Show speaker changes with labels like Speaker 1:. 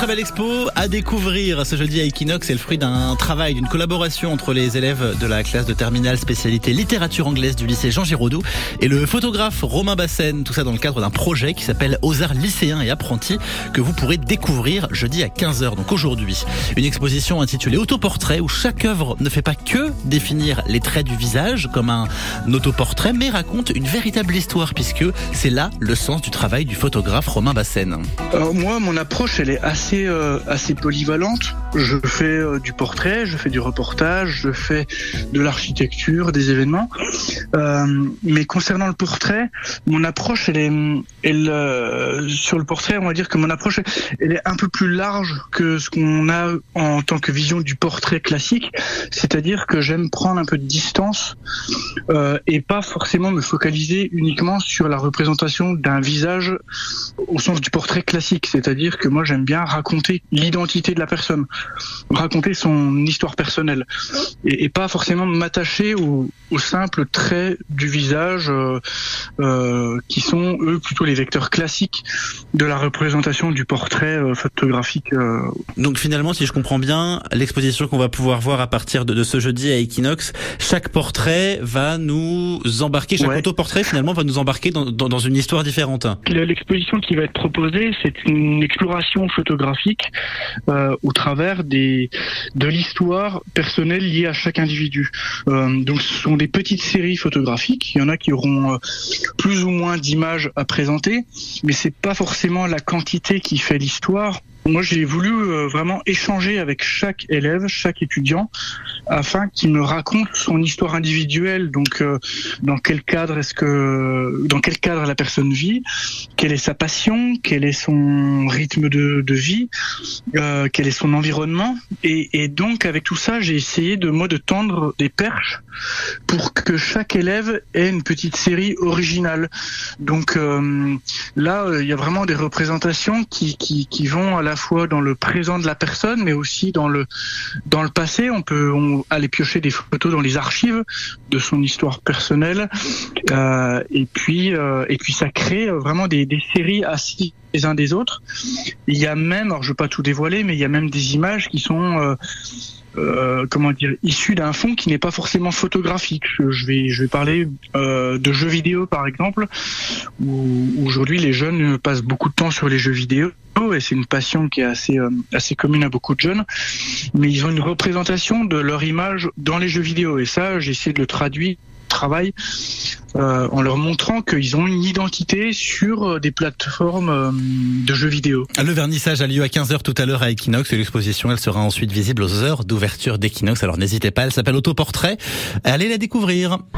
Speaker 1: très belle expo à découvrir ce jeudi à Equinox. C'est le fruit d'un travail, d'une collaboration entre les élèves de la classe de terminale spécialité littérature anglaise du lycée Jean Giraudoux et le photographe Romain Bassène. Tout ça dans le cadre d'un projet qui s'appelle Aux Arts lycéens et apprentis que vous pourrez découvrir jeudi à 15h, donc aujourd'hui. Une exposition intitulée Autoportrait où chaque œuvre ne fait pas que définir les traits du visage comme un autoportrait, mais raconte une véritable histoire puisque c'est là le sens du travail du photographe Romain Bassène.
Speaker 2: Alors moi, mon approche, elle est assez polyvalente. Je fais du portrait, je fais du reportage, je fais de l'architecture, des événements. Mais concernant le portrait, mon approche, sur le portrait, on va dire que mon approche, elle est un peu plus large que ce qu'on a en tant que vision du portrait classique. C'est-à-dire que j'aime prendre un peu de distance et pas forcément me focaliser uniquement sur la représentation d'un visage au sens du portrait classique. C'est-à-dire que moi, j'aime bien raconter l'identité de la personne, raconter son histoire personnelle et pas forcément m'attacher aux simples traits du visage qui sont, eux, plutôt les vecteurs classiques de la représentation du portrait photographique.
Speaker 1: Donc finalement, si je comprends bien, l'exposition qu'on va pouvoir voir à partir de ce jeudi à Equinox, chaque portrait va nous embarquer, chaque autoportrait finalement va nous embarquer dans une histoire différente.
Speaker 2: L'exposition qui va être proposée, c'est une exploration photographique au travers de l'histoire personnelle liée à chaque individu. Donc ce sont des petites séries photographiques. Il y en a qui auront plus ou moins d'images à présenter, mais c'est pas forcément la quantité qui fait l'histoire. Moi, j'ai voulu vraiment échanger avec chaque élève, chaque étudiant, afin qu'il me raconte son histoire individuelle. Donc, dans quel cadre la personne vit, quelle est sa passion, quel est son rythme de vie, quel est son environnement. Et donc, avec tout ça, j'ai essayé de tendre des perches pour que chaque élève ait une petite série originale. Donc là, il y a vraiment des représentations qui vont à la fois dans le présent de la personne, mais aussi dans le passé. On peut aller piocher des photos dans les archives de son histoire personnelle, et puis ça crée vraiment des séries assises les uns des autres. Il y a même, alors je veux pas tout dévoiler, mais il y a même des images qui sont issues d'un fond qui n'est pas forcément photographique. Je vais parler de jeux vidéo par exemple, où aujourd'hui les jeunes passent beaucoup de temps sur les jeux vidéo et c'est une passion qui est assez commune à beaucoup de jeunes, mais ils ont une représentation de leur image dans les jeux vidéo et ça j'ai essayé de le traduire travail en leur montrant qu'ils ont une identité sur des plateformes de jeux vidéo.
Speaker 1: Le vernissage a lieu à 15h tout à l'heure à Equinox et l'exposition elle sera ensuite visible aux heures d'ouverture d'Equinox. Alors n'hésitez pas, elle s'appelle Autoportrait. Allez la découvrir.